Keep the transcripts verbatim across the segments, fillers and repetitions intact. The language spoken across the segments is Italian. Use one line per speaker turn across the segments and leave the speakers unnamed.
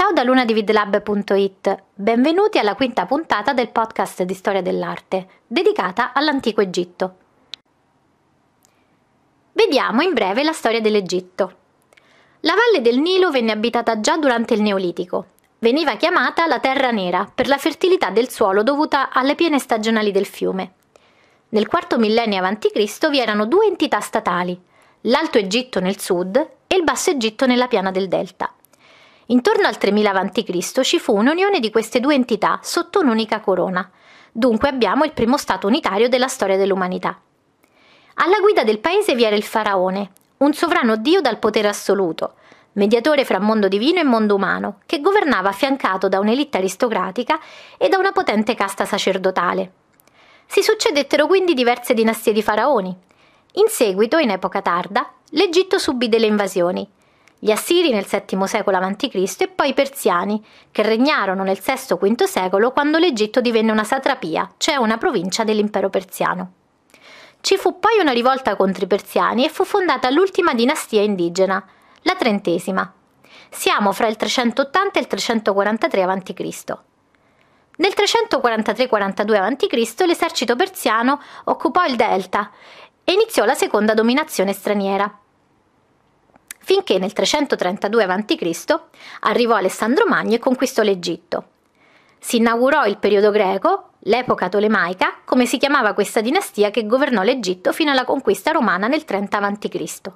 Ciao da lunadividlab punto it, benvenuti alla quinta puntata del podcast di storia dell'arte, dedicata all'antico Egitto. Vediamo in breve la storia dell'Egitto. La valle del Nilo venne abitata già durante il Neolitico. Veniva chiamata la Terra Nera per la fertilità del suolo dovuta alle piene stagionali del fiume. Nel quarto millennio avanti Cristo vi erano due entità statali, l'Alto Egitto nel sud e il Basso Egitto nella piana del Delta. Intorno al tremila avanti Cristo ci fu un'unione di queste due entità sotto un'unica corona. Dunque abbiamo il primo stato unitario della storia dell'umanità. Alla guida del paese vi era il faraone, un sovrano dio dal potere assoluto, mediatore fra mondo divino e mondo umano, che governava affiancato da un'elite aristocratica e da una potente casta sacerdotale. Si succedettero quindi diverse dinastie di faraoni. In seguito, in epoca tarda, l'Egitto subì delle invasioni. Gli Assiri nel settimo secolo avanti Cristo e poi i Persiani, che regnarono nel sesto quinto secolo quando l'Egitto divenne una satrapia, cioè una provincia dell'impero persiano. Ci fu poi una rivolta contro i Persiani e fu fondata l'ultima dinastia indigena, la trentesima. Siamo fra il trecentottanta e il trecentoquarantatré avanti Cristo. Nel trecentoquarantatré quarantadue avanti Cristo l'esercito persiano occupò il Delta e iniziò la seconda dominazione straniera. Finché nel trecentotrentadue avanti Cristo arrivò Alessandro Magno e conquistò l'Egitto. Si inaugurò il periodo greco, l'epoca tolemaica, come si chiamava questa dinastia che governò l'Egitto fino alla conquista romana nel trenta avanti Cristo.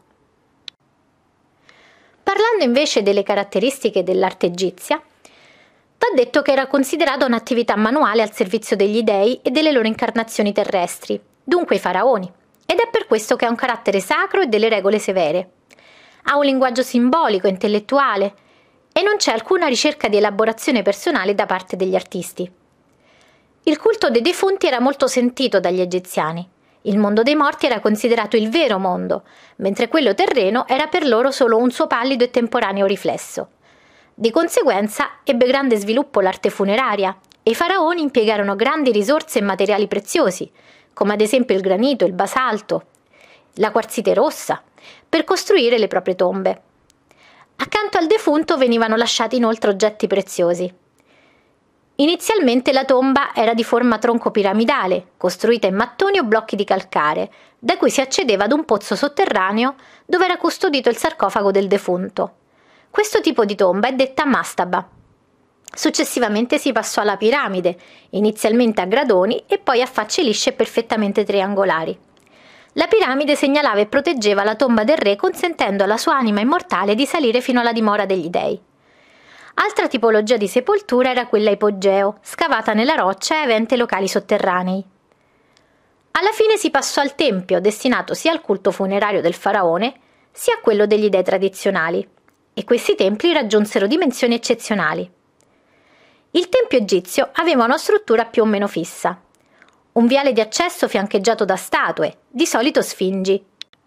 Parlando invece delle caratteristiche dell'arte egizia, va detto che era considerata un'attività manuale al servizio degli dei e delle loro incarnazioni terrestri, dunque i faraoni, ed è per questo che ha un carattere sacro e delle regole severe. Ha un linguaggio simbolico, intellettuale e non c'è alcuna ricerca di elaborazione personale da parte degli artisti. Il culto dei defunti era molto sentito dagli egiziani. Il mondo dei morti era considerato il vero mondo, mentre quello terreno era per loro solo un suo pallido e temporaneo riflesso. Di conseguenza ebbe grande sviluppo l'arte funeraria e i faraoni impiegarono grandi risorse e materiali preziosi, come ad esempio il granito, il basalto, la quarzite rossa, per costruire le proprie tombe. Accanto al defunto venivano lasciati inoltre oggetti preziosi. Inizialmente la tomba era di forma tronco-piramidale, costruita in mattoni o blocchi di calcare, da cui si accedeva ad un pozzo sotterraneo dove era custodito il sarcofago del defunto. Questo tipo di tomba è detta mastaba. Successivamente si passò alla piramide, inizialmente a gradoni e poi a facce lisce e perfettamente triangolari. La piramide segnalava e proteggeva la tomba del re, consentendo alla sua anima immortale di salire fino alla dimora degli dei. Altra tipologia di sepoltura era quella ipogeo, scavata nella roccia e avente locali sotterranei. Alla fine si passò al tempio, destinato sia al culto funerario del faraone, sia a quello degli dei tradizionali, e questi templi raggiunsero dimensioni eccezionali. Il tempio egizio aveva una struttura più o meno fissa. Un viale di accesso fiancheggiato da statue, di solito sfingi,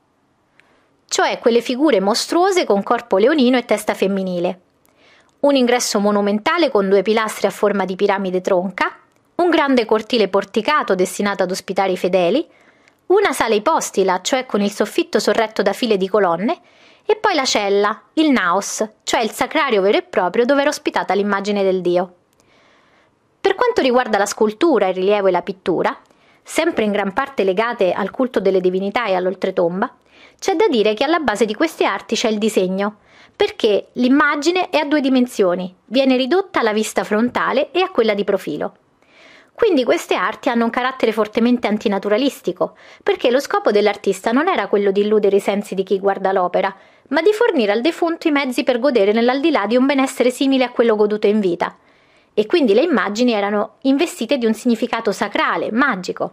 cioè quelle figure mostruose con corpo leonino e testa femminile. Un ingresso monumentale con due pilastri a forma di piramide tronca, un grande cortile porticato destinato ad ospitare i fedeli, una sala ipostila, cioè con il soffitto sorretto da file di colonne, e poi la cella, il naos, cioè il sacrario vero e proprio dove era ospitata l'immagine del dio. Per quanto riguarda la scultura, il rilievo e la pittura, sempre in gran parte legate al culto delle divinità e all'oltretomba, c'è da dire che alla base di queste arti c'è il disegno, perché l'immagine è a due dimensioni, viene ridotta alla vista frontale e a quella di profilo. Quindi queste arti hanno un carattere fortemente antinaturalistico, perché lo scopo dell'artista non era quello di illudere i sensi di chi guarda l'opera, ma di fornire al defunto i mezzi per godere nell'aldilà di un benessere simile a quello goduto in vita. E quindi le immagini erano investite di un significato sacrale, magico.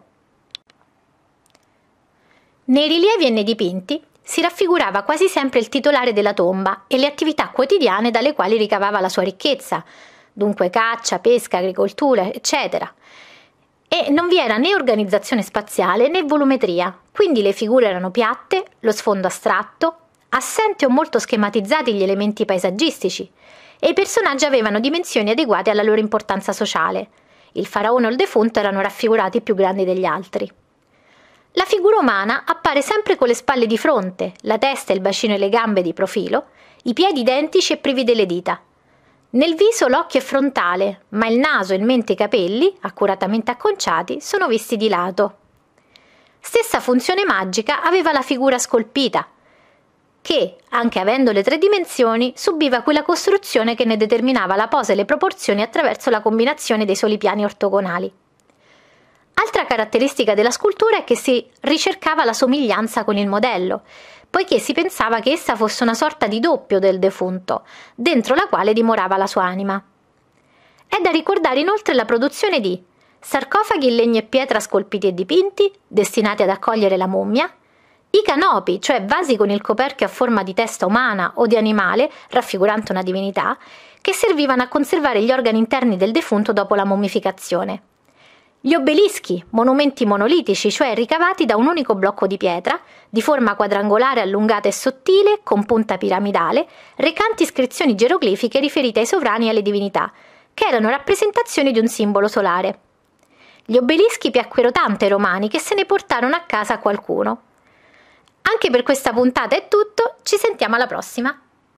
Nei rilievi e nei dipinti si raffigurava quasi sempre il titolare della tomba e le attività quotidiane dalle quali ricavava la sua ricchezza, dunque caccia, pesca, agricoltura, eccetera. E non vi era né organizzazione spaziale né volumetria, quindi le figure erano piatte, lo sfondo astratto, assenti o molto schematizzati gli elementi paesaggistici, e i personaggi avevano dimensioni adeguate alla loro importanza sociale. Il faraone o il defunto erano raffigurati più grandi degli altri. La figura umana appare sempre con le spalle di fronte, la testa, il bacino e le gambe di profilo, i piedi identici e privi delle dita. Nel viso l'occhio è frontale, ma il naso, il mento e i capelli, accuratamente acconciati, sono visti di lato. Stessa funzione magica aveva la figura scolpita, che, anche avendo le tre dimensioni, subiva quella costruzione che ne determinava la posa e le proporzioni attraverso la combinazione dei soli piani ortogonali. Altra caratteristica della scultura è che si ricercava la somiglianza con il modello, poiché si pensava che essa fosse una sorta di doppio del defunto, dentro la quale dimorava la sua anima. È da ricordare inoltre la produzione di sarcofagi in legno e pietra scolpiti e dipinti, destinati ad accogliere la mummia, i canopi, cioè vasi con il coperchio a forma di testa umana o di animale, raffigurante una divinità, che servivano a conservare gli organi interni del defunto dopo la mummificazione. Gli obelischi, monumenti monolitici, cioè ricavati da un unico blocco di pietra, di forma quadrangolare allungata e sottile, con punta piramidale, recanti iscrizioni geroglifiche riferite ai sovrani e alle divinità, che erano rappresentazioni di un simbolo solare. Gli obelischi piacquero tanto ai romani che se ne portarono a casa qualcuno. Anche per questa puntata è tutto, ci sentiamo alla prossima!